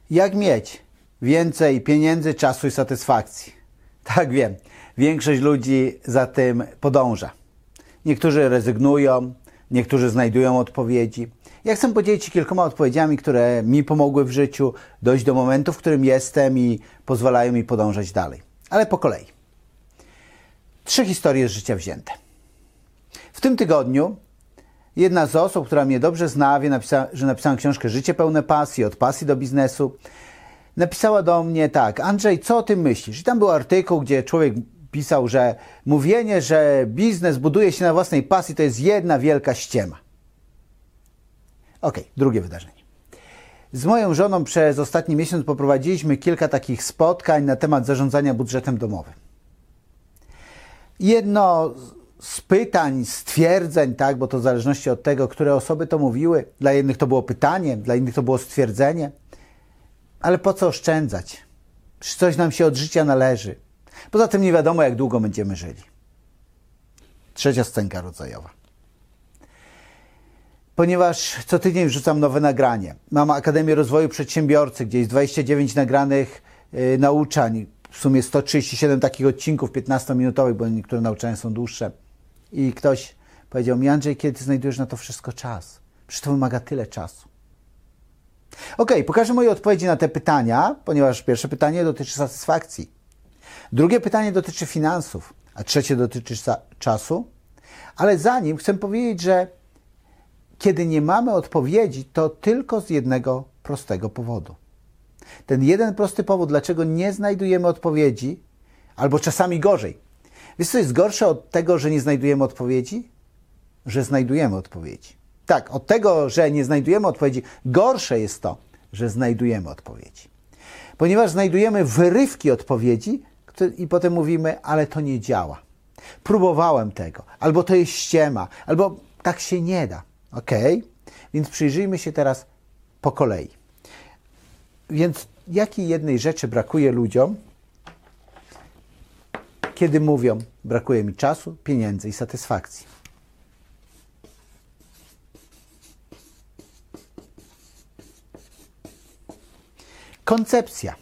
Jak mieć więcej pieniędzy, czasu i satysfakcji? Tak, wiem, większość ludzi za tym podąża. Niektórzy rezygnują, niektórzy znajdują odpowiedzi. Ja chcę podzielić się kilkoma odpowiedziami, które mi pomogły w życiu dojść do momentu, w którym jestem i pozwalają mi podążać dalej. Ale po kolei. 3 historie z życia wzięte. W tym tygodniu jedna z osób, która mnie dobrze zna, wie, że napisałem książkę Życie pełne pasji, od pasji do biznesu, napisała do mnie tak: Andrzej, co o tym myślisz? I tam był artykuł, gdzie człowiek pisał, że mówienie, że biznes buduje się na własnej pasji, to jest jedna wielka ściema. Okej, drugie wydarzenie. Z moją żoną przez ostatni miesiąc poprowadziliśmy kilka takich spotkań na temat zarządzania budżetem domowym. Jedno z pytań, stwierdzeń, tak, bo to w zależności od tego, które osoby to mówiły, dla jednych to było pytanie, dla innych to było stwierdzenie, ale po co oszczędzać? Czy coś nam się od życia należy? Poza tym nie wiadomo, jak długo będziemy żyli. Trzecia scenka rodzajowa. Ponieważ co tydzień wrzucam nowe nagranie. Mam Akademię Rozwoju Przedsiębiorcy, gdzie jest 29 nagranych nauczań. W sumie 137 takich odcinków 15-minutowych, bo niektóre nauczania są dłuższe. I ktoś powiedział mi: Andrzej, kiedy ty znajdujesz na to wszystko czas? Przecież to wymaga tyle czasu. Okej, pokażę moje odpowiedzi na te pytania, ponieważ pierwsze pytanie dotyczy satysfakcji. Drugie pytanie dotyczy finansów, a trzecie dotyczy czasu. Ale zanim chcę powiedzieć, że kiedy nie mamy odpowiedzi, to tylko z jednego prostego powodu. Ten jeden prosty powód, dlaczego nie znajdujemy odpowiedzi, albo czasami gorzej. Wiesz, co jest gorsze od tego, że nie znajdujemy odpowiedzi? Że znajdujemy odpowiedzi. Tak, od tego, że nie znajdujemy odpowiedzi, gorsze jest to, że znajdujemy odpowiedzi. Ponieważ znajdujemy wyrywki odpowiedzi i potem mówimy: ale to nie działa. Próbowałem tego, albo to jest ściema, albo tak się nie da. Okej? Więc przyjrzyjmy się teraz po kolei. Więc jakiej jednej rzeczy brakuje ludziom, kiedy mówią: brakuje mi czasu, pieniędzy i satysfakcji? Koncepcja.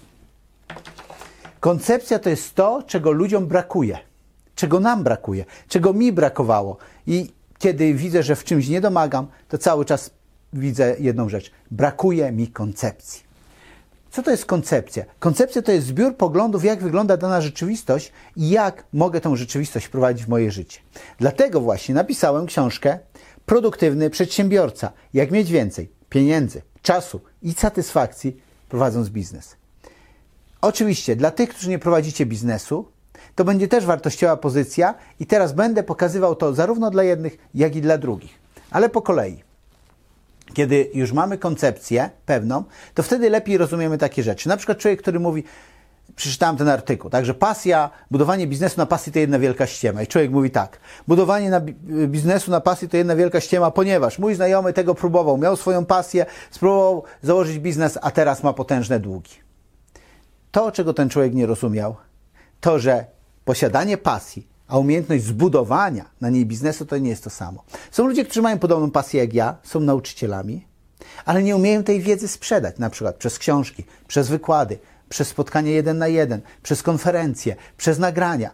Koncepcja to jest to, czego ludziom brakuje, czego nam brakuje, czego mi brakowało. I kiedy widzę, że w czymś nie domagam, to cały czas widzę jedną rzecz. Brakuje mi koncepcji. Co to jest koncepcja? Koncepcja to jest zbiór poglądów, jak wygląda dana rzeczywistość i jak mogę tę rzeczywistość wprowadzić w moje życie. Dlatego właśnie napisałem książkę Produktywny Przedsiębiorca. Jak mieć więcej pieniędzy, czasu i satysfakcji prowadząc biznes. Oczywiście dla tych, którzy nie prowadzicie biznesu, to będzie też wartościowa pozycja i teraz będę pokazywał to zarówno dla jednych, jak i dla drugich. Ale po kolei. Kiedy już mamy koncepcję pewną, to wtedy lepiej rozumiemy takie rzeczy. Na przykład człowiek, który mówi, przeczytałem ten artykuł, także pasja, budowanie biznesu na pasji to jedna wielka ściema. I człowiek mówi tak: budowanie biznesu na pasji to jedna wielka ściema, ponieważ mój znajomy tego próbował, miał swoją pasję, spróbował założyć biznes, a teraz ma potężne długi. To, czego ten człowiek nie rozumiał, to, że posiadanie pasji, a umiejętność zbudowania na niej biznesu to nie jest to samo. Są ludzie, którzy mają podobną pasję jak ja, są nauczycielami, ale nie umieją tej wiedzy sprzedać, na przykład przez książki, przez wykłady, przez spotkanie 1 na 1, przez konferencje, przez nagrania.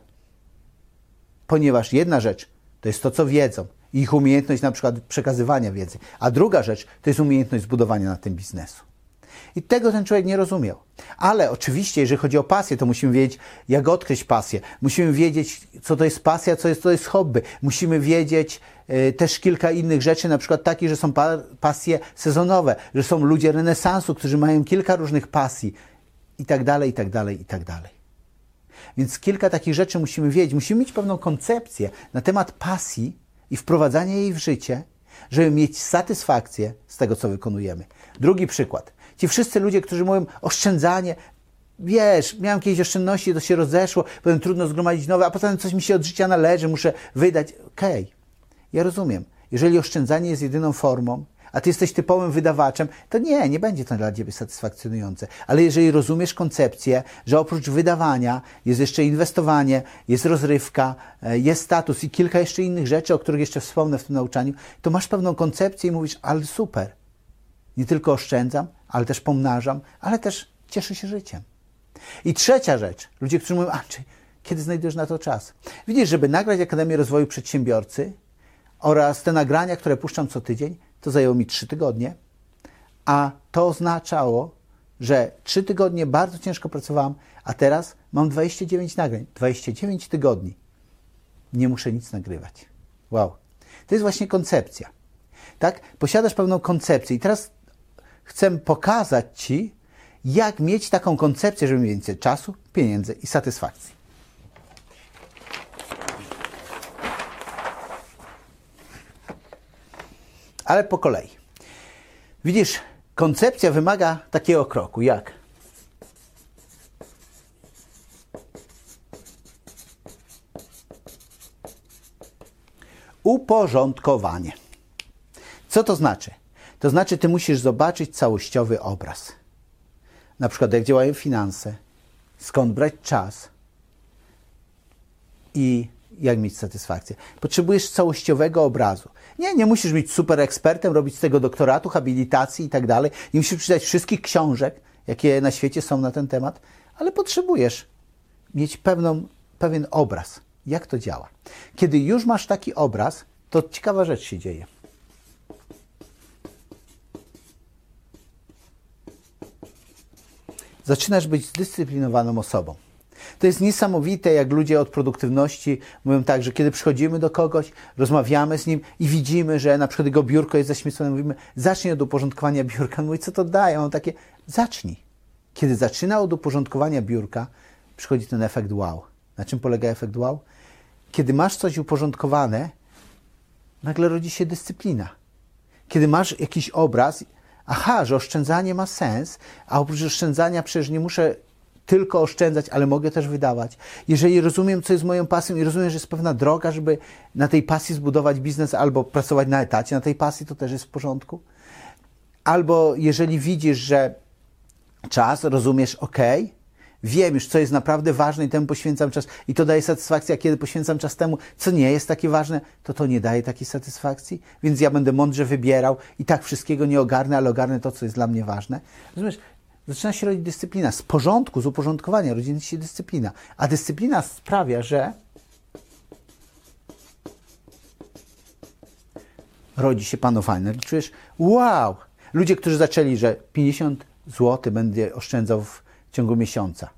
Ponieważ jedna rzecz to jest to, co wiedzą i ich umiejętność na przykład przekazywania wiedzy, a druga rzecz to jest umiejętność zbudowania na tym biznesu. I tego ten człowiek nie rozumiał. Ale oczywiście, jeżeli chodzi o pasję, to musimy wiedzieć, jak odkryć pasję. Musimy wiedzieć, co to jest pasja, co to jest hobby. Musimy wiedzieć też kilka innych rzeczy, na przykład takie, że są pasje sezonowe, że są ludzie renesansu, którzy mają kilka różnych pasji i tak dalej, i tak dalej, i tak dalej. Więc kilka takich rzeczy musimy wiedzieć. Musimy mieć pewną koncepcję na temat pasji i wprowadzania jej w życie, żeby mieć satysfakcję z tego, co wykonujemy. Drugi przykład. Ci wszyscy ludzie, którzy mówią: oszczędzanie, wiesz, miałem kiedyś oszczędności, to się rozeszło, potem trudno zgromadzić nowe, a potem coś mi się od życia należy, muszę wydać. Okej, ja rozumiem. Jeżeli oszczędzanie jest jedyną formą, a ty jesteś typowym wydawaczem, to nie będzie to dla ciebie satysfakcjonujące. Ale jeżeli rozumiesz koncepcję, że oprócz wydawania jest jeszcze inwestowanie, jest rozrywka, jest status i kilka jeszcze innych rzeczy, o których jeszcze wspomnę w tym nauczaniu, to masz pewną koncepcję i mówisz: ale super. Nie tylko oszczędzam, ale też pomnażam, ale też cieszę się życiem. I trzecia rzecz. Ludzie, którzy mówią, kiedy znajdujesz na to czas? Widzisz, żeby nagrać Akademię Rozwoju Przedsiębiorcy oraz te nagrania, które puszczam co tydzień, to zajęło mi 3 tygodnie, a to oznaczało, że 3 tygodnie bardzo ciężko pracowałam, a teraz mam 29 nagrań. 29 tygodni. Nie muszę nic nagrywać. Wow. To jest właśnie koncepcja. Tak? Posiadasz pewną koncepcję i teraz chcę pokazać Ci, jak mieć taką koncepcję, żeby mieć więcej czasu, pieniędzy i satysfakcji. Ale po kolei. Widzisz, koncepcja wymaga takiego kroku, jak uporządkowanie. Co to znaczy? To znaczy, ty musisz zobaczyć całościowy obraz. Na przykład, jak działają finanse, skąd brać czas i jak mieć satysfakcję. Potrzebujesz całościowego obrazu. Nie musisz być super ekspertem, robić z tego doktoratu, habilitacji i tak dalej. Nie musisz przeczytać wszystkich książek, jakie na świecie są na ten temat, ale potrzebujesz mieć pewien obraz, jak to działa. Kiedy już masz taki obraz, to ciekawa rzecz się dzieje. Zaczynasz być zdyscyplinowaną osobą. To jest niesamowite, jak ludzie od produktywności mówią tak, że kiedy przychodzimy do kogoś, rozmawiamy z nim i widzimy, że na przykład jego biurko jest zaśmiecone, mówimy, zacznij od uporządkowania biurka. Mówi, co to daje? On takie, zacznij. Kiedy zaczyna od uporządkowania biurka, przychodzi ten efekt wow. Na czym polega efekt wow? Kiedy masz coś uporządkowane, nagle rodzi się dyscyplina. Kiedy masz jakiś obraz, że oszczędzanie ma sens, a oprócz oszczędzania przecież nie muszę tylko oszczędzać, ale mogę też wydawać. Jeżeli rozumiem, co jest moją pasją i rozumiem, że jest pewna droga, żeby na tej pasji zbudować biznes albo pracować na etacie na tej pasji, to też jest w porządku. Albo jeżeli widzisz, że czas, rozumiesz, wiem już, co jest naprawdę ważne i temu poświęcam czas i to daje satysfakcję, a kiedy poświęcam czas temu, co nie jest takie ważne, to nie daje takiej satysfakcji, więc ja będę mądrze wybierał i tak wszystkiego nie ogarnę, ale ogarnę to, co jest dla mnie ważne. Rozumiesz? Zaczyna się rodzić dyscyplina. Z porządku, z uporządkowania rodzi się dyscyplina. A dyscyplina sprawia, że rodzi się panowanie. Czujesz, wow! Ludzie, którzy zaczęli, że 50 zł będzie oszczędzał w ciągu miesiąca.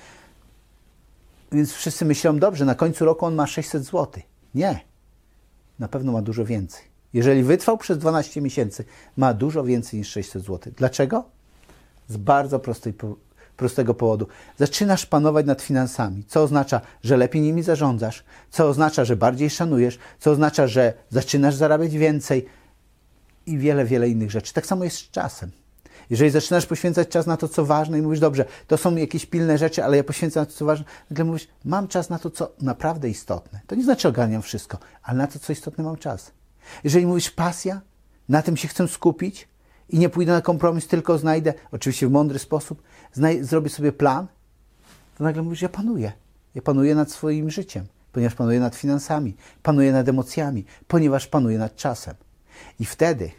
Więc wszyscy myślą, dobrze, na końcu roku on ma 600 zł. Nie. Na pewno ma dużo więcej. Jeżeli wytrwał przez 12 miesięcy, ma dużo więcej niż 600 zł. Dlaczego? Z bardzo prostego powodu. Zaczynasz panować nad finansami, co oznacza, że lepiej nimi zarządzasz, co oznacza, że bardziej szanujesz, co oznacza, że zaczynasz zarabiać więcej i wiele, wiele innych rzeczy. Tak samo jest z czasem. Jeżeli zaczynasz poświęcać czas na to, co ważne i mówisz, dobrze, to są jakieś pilne rzeczy, ale ja poświęcam na to, co ważne, nagle mówisz, mam czas na to, co naprawdę istotne. To nie znaczy ogarniam wszystko, ale na to, co istotne, mam czas. Jeżeli mówisz pasja, na tym się chcę skupić i nie pójdę na kompromis, tylko znajdę, oczywiście w mądry sposób, zrobię sobie plan, to nagle mówisz, ja panuję. Ja panuję nad swoim życiem, ponieważ panuję nad finansami, panuję nad emocjami, ponieważ panuję nad czasem. I wtedy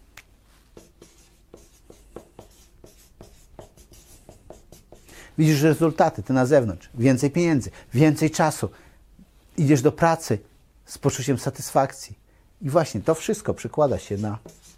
widzisz rezultaty, te na zewnątrz, więcej pieniędzy, więcej czasu. Idziesz do pracy z poczuciem satysfakcji. I właśnie to wszystko przekłada się na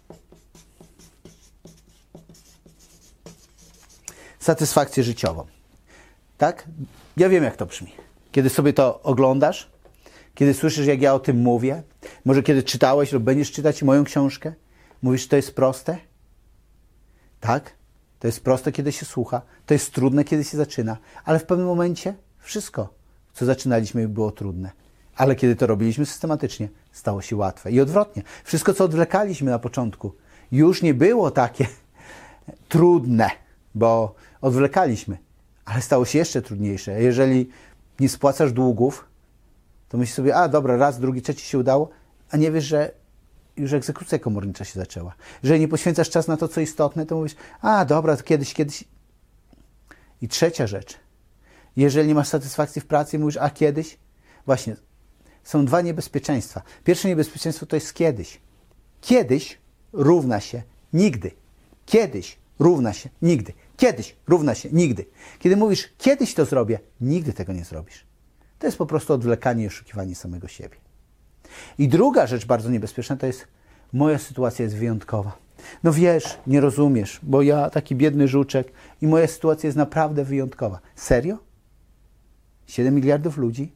satysfakcję życiową. Tak? Ja wiem, jak to brzmi. Kiedy sobie to oglądasz, kiedy słyszysz, jak ja o tym mówię, może kiedy czytałeś lub będziesz czytać moją książkę, mówisz, to jest proste? Tak? To jest proste, kiedy się słucha. To jest trudne, kiedy się zaczyna. Ale w pewnym momencie wszystko, co zaczynaliśmy, było trudne. Ale kiedy to robiliśmy systematycznie, stało się łatwe. I odwrotnie. Wszystko, co odwlekaliśmy na początku, już nie było takie trudne, bo odwlekaliśmy. Ale stało się jeszcze trudniejsze. Jeżeli nie spłacasz długów, to myślisz sobie, dobra, raz, drugi, trzeci się udało, a nie wiesz, że już egzekucja komornicza się zaczęła. Jeżeli nie poświęcasz czas na to, co istotne, to mówisz, dobra, to kiedyś. I trzecia rzecz. Jeżeli nie masz satysfakcji w pracy, mówisz, kiedyś. Właśnie, są 2 niebezpieczeństwa. Pierwsze niebezpieczeństwo to jest kiedyś. Kiedyś równa się nigdy. Kiedyś równa się nigdy. Kiedyś równa się nigdy. Kiedy mówisz, kiedyś to zrobię, nigdy tego nie zrobisz. To jest po prostu odwlekanie i oszukiwanie samego siebie. I druga rzecz bardzo niebezpieczna to jest, moja sytuacja jest wyjątkowa. No wiesz, nie rozumiesz, bo ja taki biedny żuczek i moja sytuacja jest naprawdę wyjątkowa. Serio? 7 miliardów ludzi?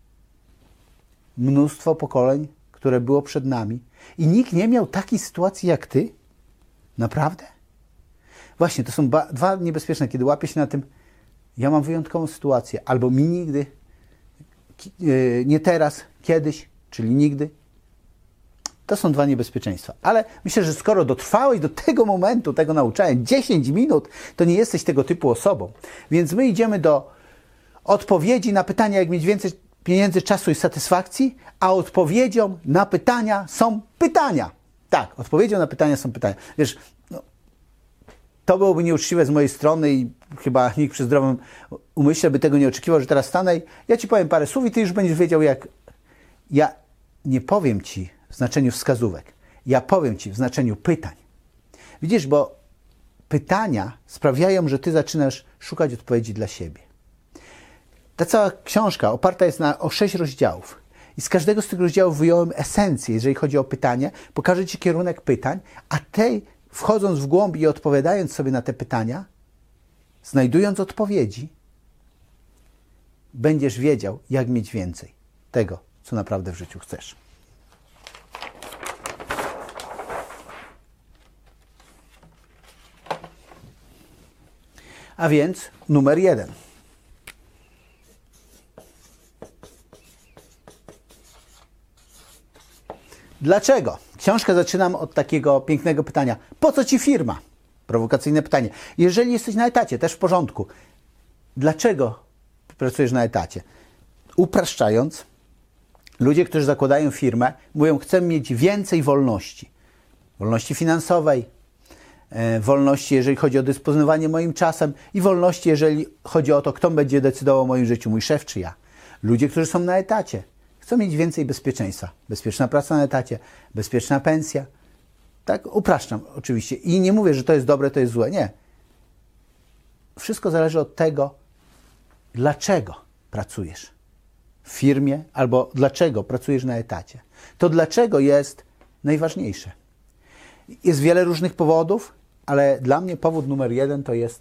Mnóstwo pokoleń, które było przed nami i nikt nie miał takiej sytuacji jak ty? Naprawdę? Właśnie, to są dwa niebezpieczne, kiedy łapię się na tym, ja mam wyjątkową sytuację, albo mi nigdy, nie teraz, kiedyś, czyli nigdy. To są dwa niebezpieczeństwa. Ale myślę, że skoro dotrwałeś do tego momentu, tego nauczania, 10 minut, to nie jesteś tego typu osobą. Więc my idziemy do odpowiedzi na pytania, jak mieć więcej pieniędzy, czasu i satysfakcji, a odpowiedzią na pytania są pytania. Tak, odpowiedzią na pytania są pytania. Wiesz, to byłoby nieuczciwe z mojej strony i chyba nikt przy zdrowym umyśle by tego nie oczekiwał, że teraz stanę i ja ci powiem parę słów i ty już będziesz wiedział, jak... Ja nie powiem ci w znaczeniu wskazówek. Ja powiem ci w znaczeniu pytań. Widzisz, bo pytania sprawiają, że ty zaczynasz szukać odpowiedzi dla siebie. Ta cała książka oparta jest o 6 rozdziałów. I z każdego z tych rozdziałów wyjąłem esencję, jeżeli chodzi o pytanie. Pokażę ci kierunek pytań, a ty, wchodząc w głąb i odpowiadając sobie na te pytania, znajdując odpowiedzi, będziesz wiedział, jak mieć więcej tego, co naprawdę w życiu chcesz. A więc numer 1. Dlaczego? Książkę zaczynam od takiego pięknego pytania. Po co ci firma? Prowokacyjne pytanie. Jeżeli jesteś na etacie, też w porządku. Dlaczego pracujesz na etacie? Upraszczając, ludzie, którzy zakładają firmę, mówią, chcę mieć więcej wolności. Wolności finansowej, wolności, jeżeli chodzi o dysponowanie moim czasem i wolności, jeżeli chodzi o to, kto będzie decydował o moim życiu, mój szef czy ja. Ludzie, którzy są na etacie, chcą mieć więcej bezpieczeństwa. Bezpieczna praca na etacie, bezpieczna pensja. Tak, upraszczam oczywiście. I nie mówię, że to jest dobre, to jest złe. Nie. Wszystko zależy od tego, dlaczego pracujesz w firmie albo dlaczego pracujesz na etacie. To dlaczego jest najważniejsze. Jest wiele różnych powodów, ale dla mnie powód numer 1 to jest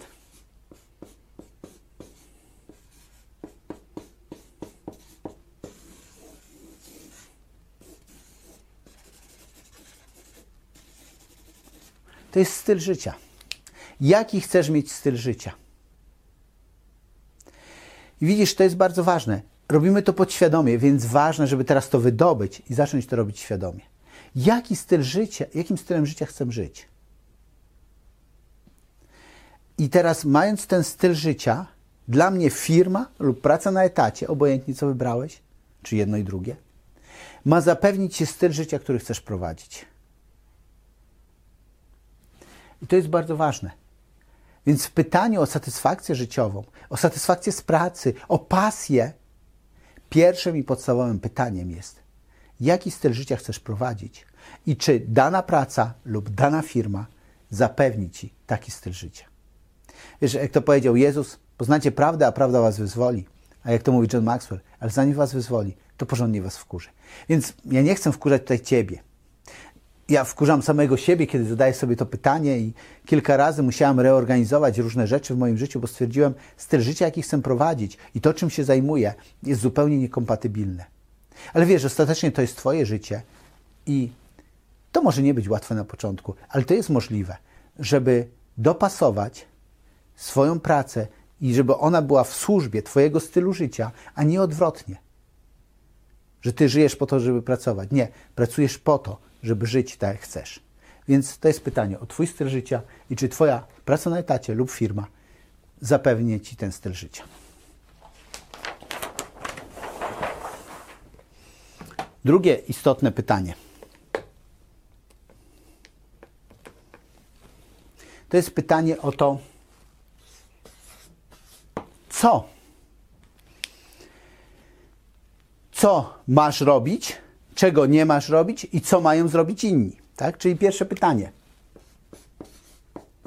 styl życia. Jaki chcesz mieć styl życia? I widzisz, to jest bardzo ważne. Robimy to podświadomie, więc ważne, żeby teraz to wydobyć i zacząć to robić świadomie. Jaki styl życia, jakim stylem życia chcę żyć? I teraz, mając ten styl życia, dla mnie firma lub praca na etacie, obojętnie co wybrałeś, czy jedno i drugie, ma zapewnić ci styl życia, który chcesz prowadzić. I to jest bardzo ważne. Więc w pytaniu o satysfakcję życiową, o satysfakcję z pracy, o pasję, pierwszym i podstawowym pytaniem jest, jaki styl życia chcesz prowadzić i czy dana praca lub dana firma zapewni ci taki styl życia. Wiesz, jak to powiedział Jezus, poznacie prawdę, a prawda was wyzwoli. A jak to mówi John Maxwell, ale zanim was wyzwoli, to porządnie was wkurzy. Więc ja nie chcę wkurzać tutaj ciebie. Ja wkurzam samego siebie, kiedy zadaję sobie to pytanie i kilka razy musiałem reorganizować różne rzeczy w moim życiu, bo stwierdziłem, styl życia, jaki chcę prowadzić i to, czym się zajmuję, jest zupełnie niekompatybilne. Ale wiesz, ostatecznie to jest twoje życie i to może nie być łatwe na początku, ale to jest możliwe, żeby dopasować swoją pracę i żeby ona była w służbie twojego stylu życia, a nie odwrotnie. Że ty żyjesz po to, żeby pracować. Nie, pracujesz po to, żeby żyć tak, jak chcesz. Więc to jest pytanie o twój styl życia i czy twoja praca na etacie lub firma zapewni ci ten styl życia. Drugie istotne pytanie. To jest pytanie o to, co masz robić, czego nie masz robić i co mają zrobić inni. Tak? Czyli pierwsze pytanie.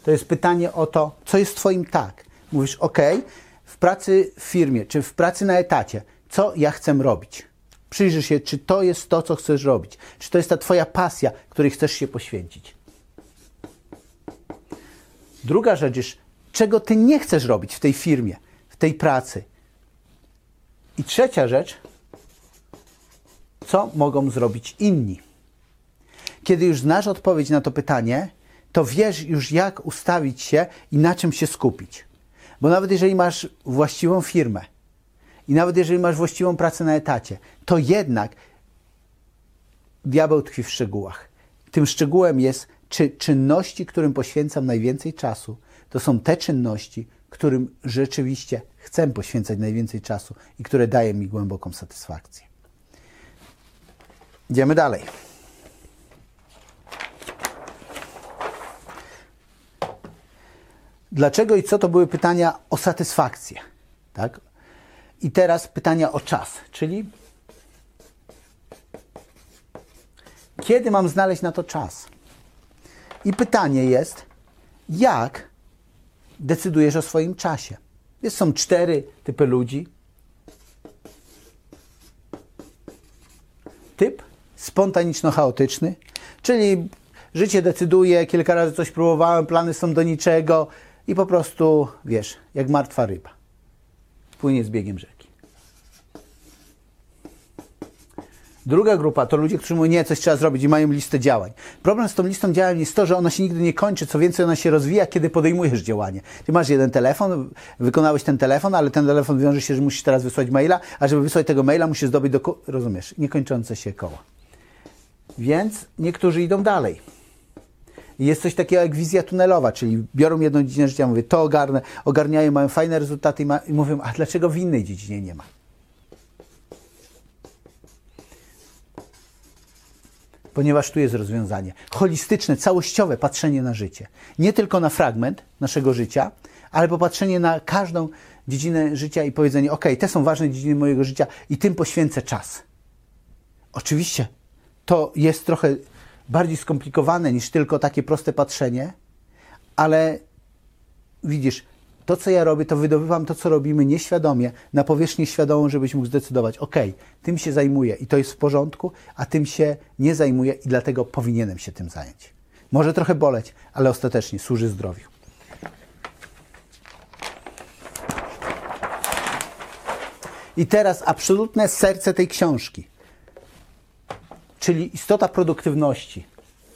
to jest pytanie o to, co jest twoim tak. Mówisz, ok, w pracy w firmie, czy w pracy na etacie, co ja chcę robić? Przyjrzyj się, czy to jest to, co chcesz robić. Czy to jest ta twoja pasja, której chcesz się poświęcić. Druga rzecz jest, czego ty nie chcesz robić w tej firmie, w tej pracy. I trzecia rzecz, co mogą zrobić inni. Kiedy już znasz odpowiedź na to pytanie, to wiesz już, jak ustawić się i na czym się skupić. Bo nawet jeżeli masz właściwą firmę i nawet jeżeli masz właściwą pracę na etacie, to jednak diabeł tkwi w szczegółach. Tym szczegółem jest, czy czynności, którym poświęcam najwięcej czasu, to są te czynności, którym rzeczywiście chcę poświęcać najwięcej czasu i które dają mi głęboką satysfakcję. Idziemy dalej. Dlaczego i co to były pytania o satysfakcję? Tak? I teraz pytania o czas, czyli kiedy mam znaleźć na to czas? I pytanie jest, jak decydujesz o swoim czasie? Są 4 typy ludzi. Typ spontaniczno-chaotyczny, czyli życie decyduje, kilka razy coś próbowałem, plany są do niczego i po prostu, wiesz, jak martwa ryba. Płynie z biegiem rzeki. Druga grupa to ludzie, którzy mówią, nie, coś trzeba zrobić i mają listę działań. Problem z tą listą działań jest to, że ona się nigdy nie kończy, co więcej ona się rozwija, kiedy podejmujesz działanie. Ty masz jeden telefon, wykonałeś ten telefon, ale ten telefon wiąże się, że musisz teraz wysłać maila, a żeby wysłać tego maila musisz zdobyć rozumiesz, niekończące się koło. Więc niektórzy idą dalej. I jest coś takiego jak wizja tunelowa, czyli biorą jedną dziedzinę życia, mówię, to ogarnę, ogarniają, mają fajne rezultaty i mówią, a dlaczego w innej dziedzinie nie ma? Ponieważ tu jest rozwiązanie. Holistyczne, całościowe patrzenie na życie. Nie tylko na fragment naszego życia, ale popatrzenie na każdą dziedzinę życia i powiedzenie, ok, te są ważne dziedziny mojego życia i tym poświęcę czas. Oczywiście to jest trochę bardziej skomplikowane niż tylko takie proste patrzenie, ale widzisz, to co ja robię, to wydobywam to, co robimy nieświadomie, na powierzchnię świadomą, żebyś mógł zdecydować, ok, tym się zajmuję i to jest w porządku, a tym się nie zajmuję i dlatego powinienem się tym zająć. Może trochę boleć, ale ostatecznie służy zdrowiu. I teraz absolutne serce tej książki, czyli istota produktywności.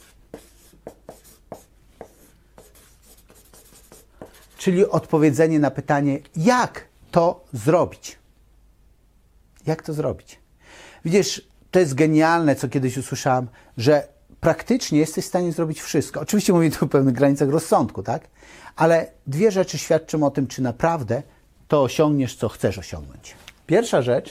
Czyli odpowiedzenie na pytanie, jak to zrobić? Jak to zrobić? Widzisz, to jest genialne, co kiedyś usłyszałam, że praktycznie jesteś w stanie zrobić wszystko. Oczywiście mówię tu o pewnych granicach rozsądku, tak? Ale 2 rzeczy świadczą o tym, czy naprawdę to osiągniesz, co chcesz osiągnąć. Pierwsza rzecz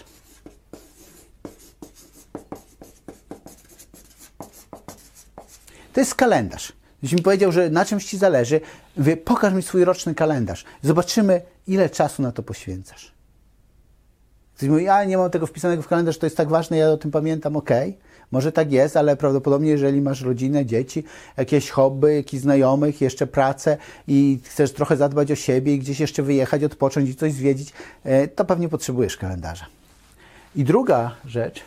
to jest kalendarz. Jeśli mi powiedział, że na czymś ci zależy, pokaż mi swój roczny kalendarz. Zobaczymy, ile czasu na to poświęcasz. Ktoś mówi, ja nie mam tego wpisanego w kalendarz, to jest tak ważne, ja o tym pamiętam, okej. Może tak jest, ale prawdopodobnie jeżeli masz rodzinę, dzieci, jakieś hobby, jakichś znajomych, jeszcze pracę i chcesz trochę zadbać o siebie i gdzieś jeszcze wyjechać, odpocząć i coś zwiedzić, to pewnie potrzebujesz kalendarza. I druga rzecz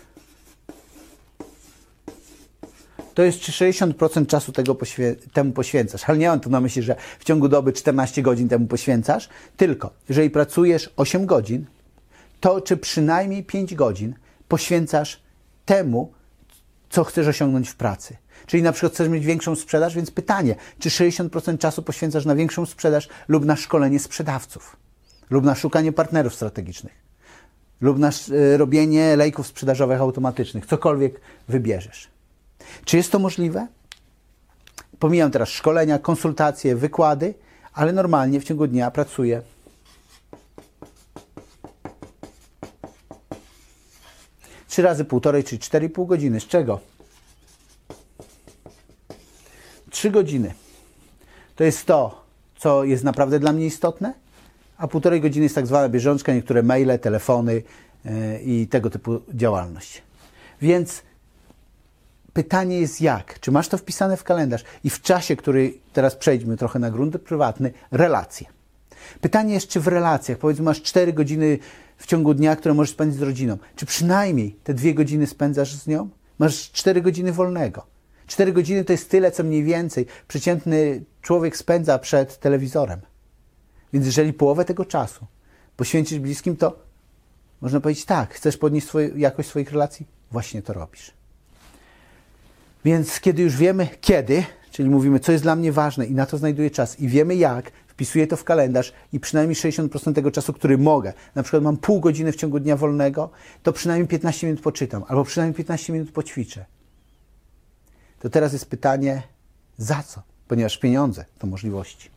to jest, czy 60% czasu temu poświęcasz. Ale nie mam tu na myśli, że w ciągu doby 14 godzin temu poświęcasz, tylko jeżeli pracujesz 8 godzin, to czy przynajmniej 5 godzin poświęcasz temu, co chcesz osiągnąć w pracy. Czyli na przykład chcesz mieć większą sprzedaż, więc pytanie, czy 60% czasu poświęcasz na większą sprzedaż lub na szkolenie sprzedawców, lub na szukanie partnerów strategicznych, lub na robienie lejków sprzedażowych automatycznych, cokolwiek wybierzesz. Czy jest to możliwe? Pomijam teraz szkolenia, konsultacje, wykłady, ale normalnie w ciągu dnia pracuję 3 razy 1,5, czyli 4,5 godziny. Z czego? 3 godziny. To jest to, co jest naprawdę dla mnie istotne, a 1,5 godziny jest tak zwana bieżączka, niektóre maile, telefony i tego typu działalność. Więc pytanie jest jak? Czy masz to wpisane w kalendarz? I w czasie, który teraz przejdźmy trochę na grunt prywatny, relacje. Pytanie jest, czy w relacjach, powiedzmy, masz 4 godziny w ciągu dnia, które możesz spędzić z rodziną. Czy przynajmniej te 2 godziny spędzasz z nią? Masz 4 godziny wolnego. 4 godziny to jest tyle, co mniej więcej przeciętny człowiek spędza przed telewizorem. Więc jeżeli połowę tego czasu poświęcisz bliskim, to można powiedzieć tak, chcesz podnieść jakość swoich relacji? Właśnie to robisz. Więc kiedy już wiemy kiedy, czyli mówimy, co jest dla mnie ważne i na to znajduję czas i wiemy jak, wpisuję to w kalendarz i przynajmniej 60% tego czasu, który mogę, na przykład mam pół godziny w ciągu dnia wolnego, to przynajmniej 15 minut poczytam albo przynajmniej 15 minut poćwiczę. To teraz jest pytanie, za co? Ponieważ pieniądze to możliwości.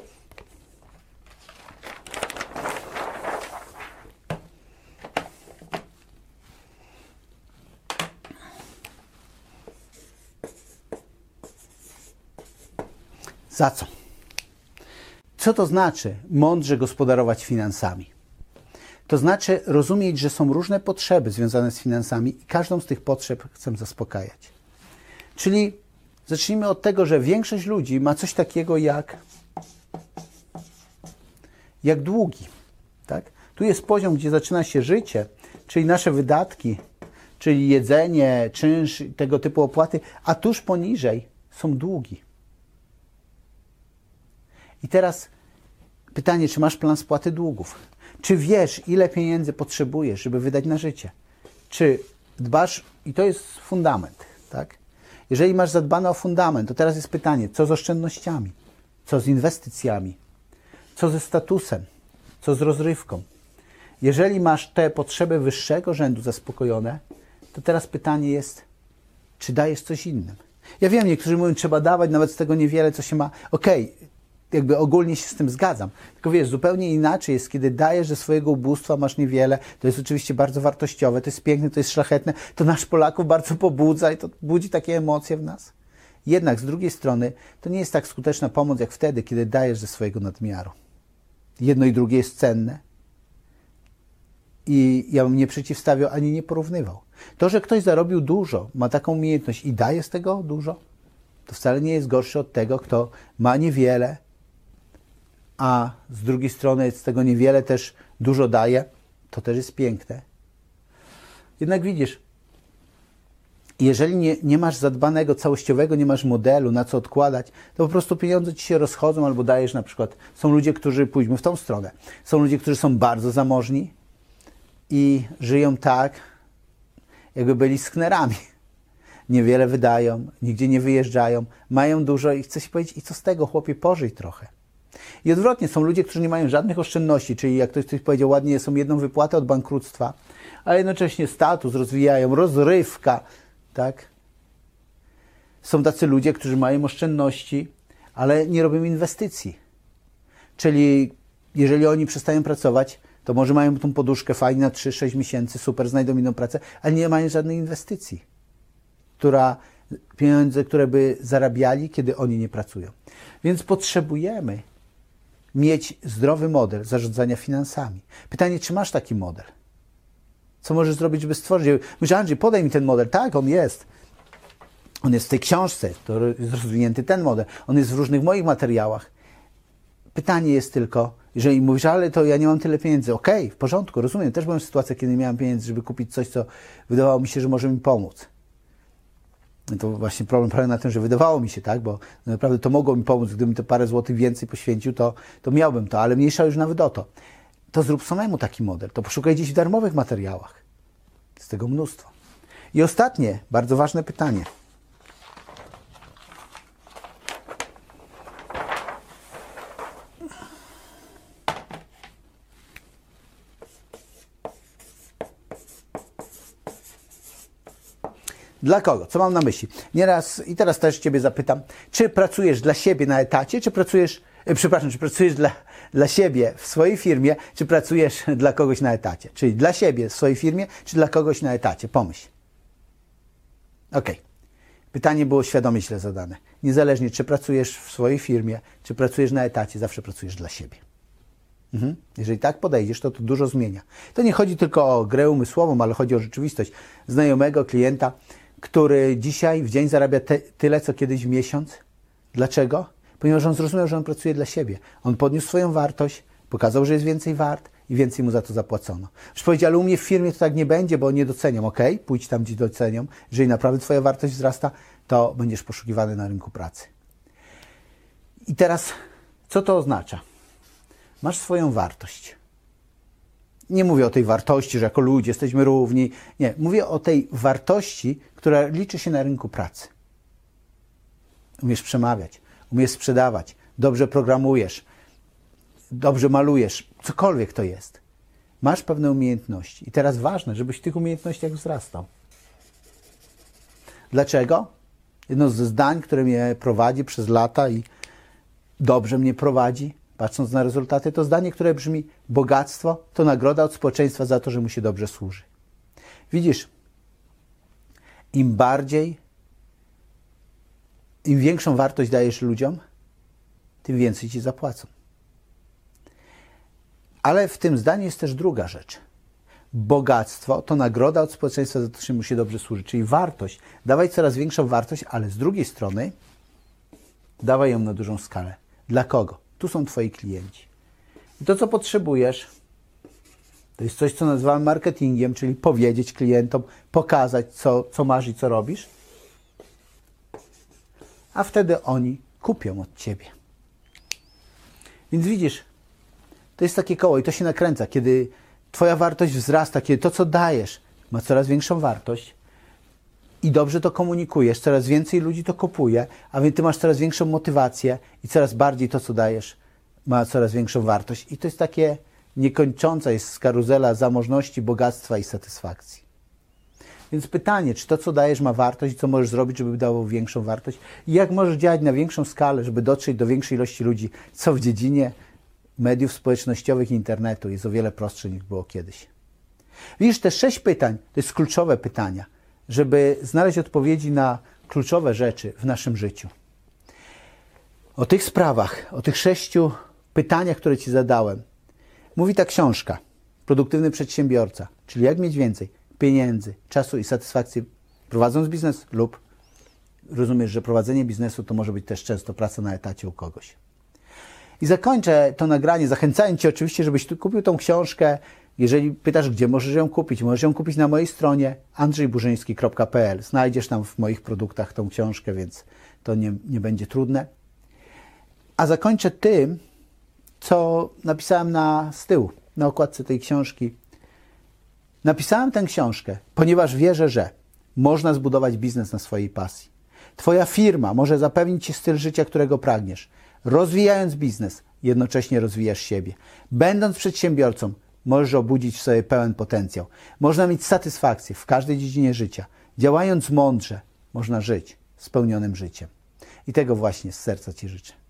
Za co? Co to znaczy mądrze gospodarować finansami? To znaczy rozumieć, że są różne potrzeby związane z finansami i każdą z tych potrzeb chcę zaspokajać. Czyli zacznijmy od tego, że większość ludzi ma coś takiego jak długi. Tak? Tu jest poziom, gdzie zaczyna się życie, czyli nasze wydatki, czyli jedzenie, czynsz, tego typu opłaty, a tuż poniżej są długi. I teraz pytanie, czy masz plan spłaty długów? Czy wiesz, ile pieniędzy potrzebujesz, żeby wydać na życie? Czy dbasz, i to jest fundament, tak? Jeżeli masz zadbane o fundament, to teraz jest pytanie, co z oszczędnościami? Co z inwestycjami? Co ze statusem? Co z rozrywką? Jeżeli masz te potrzeby wyższego rzędu zaspokojone, to teraz pytanie jest, czy dajesz coś innym? Ja wiem, niektórzy mówią, trzeba dawać nawet z tego niewiele, co się ma. Okej, jakby ogólnie się z tym zgadzam. Tylko wiesz, zupełnie inaczej jest, kiedy dajesz ze swojego ubóstwa, masz niewiele. To jest oczywiście bardzo wartościowe, to jest piękne, to jest szlachetne. To nas Polaków bardzo pobudza i to budzi takie emocje w nas. Jednak z drugiej strony to nie jest tak skuteczna pomoc, jak wtedy, kiedy dajesz ze swojego nadmiaru. Jedno i drugie jest cenne. I ja bym nie przeciwstawiał ani nie porównywał. To, że ktoś zarobił dużo, ma taką umiejętność i daje z tego dużo, to wcale nie jest gorszy od tego, kto ma niewiele, a z drugiej strony z tego niewiele też dużo daje, to też jest piękne. Jednak widzisz, jeżeli nie masz zadbanego, całościowego, nie masz modelu, na co odkładać, to po prostu pieniądze ci się rozchodzą albo dajesz na przykład. Są ludzie, którzy, pójdźmy w tą stronę, są ludzie, którzy są bardzo zamożni i żyją tak, jakby byli sknerami. Niewiele wydają, nigdzie nie wyjeżdżają, mają dużo i chce się powiedzieć, i co z tego, chłopie, pożyj trochę. I odwrotnie, są ludzie, którzy nie mają żadnych oszczędności, czyli jak ktoś powiedział ładnie, są jedną wypłatę od bankructwa, a jednocześnie status rozwijają, rozrywka, tak? Są tacy ludzie, którzy mają oszczędności, ale nie robią inwestycji. Czyli jeżeli oni przestają pracować, to może mają tą poduszkę fajnie na 3-6 miesięcy, super, znajdą inną pracę, ale nie mają żadnej inwestycji, pieniądze, które by zarabiali, kiedy oni nie pracują. Więc potrzebujemy mieć zdrowy model zarządzania finansami. Pytanie, czy masz taki model? Co możesz zrobić, żeby stworzyć? Myślę, Andrzej, podaj mi ten model. Tak, on jest. On jest w tej książce, to jest rozwinięty ten model. On jest w różnych moich materiałach. Pytanie jest tylko, jeżeli mówisz, ale to ja nie mam tyle pieniędzy. Okej, w porządku, rozumiem. Też byłem w sytuacji, kiedy nie miałem pieniędzy, żeby kupić coś, co wydawało mi się, że może mi pomóc. To właśnie problem polega na tym, że wydawało mi się, tak, bo naprawdę to mogło mi pomóc, gdybym to parę złotych więcej poświęcił, to miałbym to, ale mniejsza już nawet o to. To zrób samemu taki model, to poszukaj gdzieś w darmowych materiałach. Z tego mnóstwo. I ostatnie, bardzo ważne pytanie. Dla kogo? Co mam na myśli? Nieraz, i teraz też Ciebie zapytam, czy pracujesz dla siebie na etacie, czy pracujesz dla siebie w swojej firmie, czy pracujesz dla kogoś na etacie? Czyli dla siebie w swojej firmie, czy dla kogoś na etacie? Pomyśl. Okej. Pytanie było świadomie źle zadane. Niezależnie, czy pracujesz w swojej firmie, czy pracujesz na etacie, zawsze pracujesz dla siebie. Jeżeli tak podejdziesz, to dużo zmienia. To nie chodzi tylko o grę umysłową, ale chodzi o rzeczywistość znajomego klienta, który dzisiaj w dzień zarabia tyle, co kiedyś w miesiąc. Dlaczego? Ponieważ on zrozumiał, że on pracuje dla siebie. On podniósł swoją wartość, pokazał, że jest więcej wart i więcej mu za to zapłacono. Już powiedział, ale u mnie w firmie to tak nie będzie, bo nie docenią. Okej, pójdź tam, gdzie docenią. Jeżeli naprawdę twoja wartość wzrasta, to będziesz poszukiwany na rynku pracy. I teraz, co to oznacza? Masz swoją wartość. Nie mówię o tej wartości, że jako ludzie jesteśmy równi. Nie, mówię o tej wartości, która liczy się na rynku pracy. Umiesz przemawiać, umiesz sprzedawać, dobrze programujesz, dobrze malujesz, cokolwiek to jest. Masz pewne umiejętności. I teraz ważne, żebyś w tych umiejętnościach wzrastał. Dlaczego? Jedno ze zdań, które mnie prowadzi przez lata i dobrze mnie prowadzi, patrząc na rezultaty, to zdanie, które brzmi: bogactwo to nagroda od społeczeństwa za to, że mu się dobrze służy. Widzisz, im większą wartość dajesz ludziom, tym więcej ci zapłacą. Ale w tym zdaniu jest też druga rzecz. Bogactwo to nagroda od społeczeństwa za to, że mu się dobrze służy. Czyli wartość. Dawaj coraz większą wartość, ale z drugiej strony dawaj ją na dużą skalę. Dla kogo? Tu są twoi klienci. I to, co potrzebujesz, to jest coś, co nazywamy marketingiem, czyli powiedzieć klientom, pokazać, co masz i co robisz, a wtedy oni kupią od ciebie. Więc widzisz, to jest takie koło i to się nakręca. Kiedy twoja wartość wzrasta, kiedy to, co dajesz, ma coraz większą wartość i dobrze to komunikujesz, coraz więcej ludzi to kupuje, a więc ty masz coraz większą motywację i coraz bardziej to, co dajesz, ma coraz większą wartość. I to jest takie niekończąca jest karuzela zamożności, bogactwa i satysfakcji. Więc pytanie, czy to, co dajesz, ma wartość i co możesz zrobić, żeby dało większą wartość? I jak możesz działać na większą skalę, żeby dotrzeć do większej ilości ludzi, co w dziedzinie mediów społecznościowych i internetu jest o wiele prostsze niż było kiedyś. Widzisz, te 6 pytań to jest kluczowe pytania, żeby znaleźć odpowiedzi na kluczowe rzeczy w naszym życiu. O tych sprawach, o tych 6 pytaniach, które ci zadałem, mówi ta książka Produktywny Przedsiębiorca, czyli jak mieć więcej pieniędzy, czasu i satysfakcji prowadząc biznes lub rozumiesz, że prowadzenie biznesu to może być też często praca na etacie u kogoś. I zakończę to nagranie, zachęcając cię oczywiście, żebyś tu kupił tą książkę. Jeżeli pytasz, gdzie możesz ją kupić na mojej stronie andrzejburzyński.pl. Znajdziesz tam w moich produktach tą książkę, więc to nie będzie trudne. A zakończę tym, co napisałem z tyłu, na okładce tej książki. Napisałem tę książkę, ponieważ wierzę, że można zbudować biznes na swojej pasji. Twoja firma może zapewnić ci styl życia, którego pragniesz. Rozwijając biznes, jednocześnie rozwijasz siebie. Będąc przedsiębiorcą, możesz obudzić w sobie pełen potencjał. Można mieć satysfakcję w każdej dziedzinie życia. Działając mądrze, można żyć spełnionym życiem. I tego właśnie z serca ci życzę.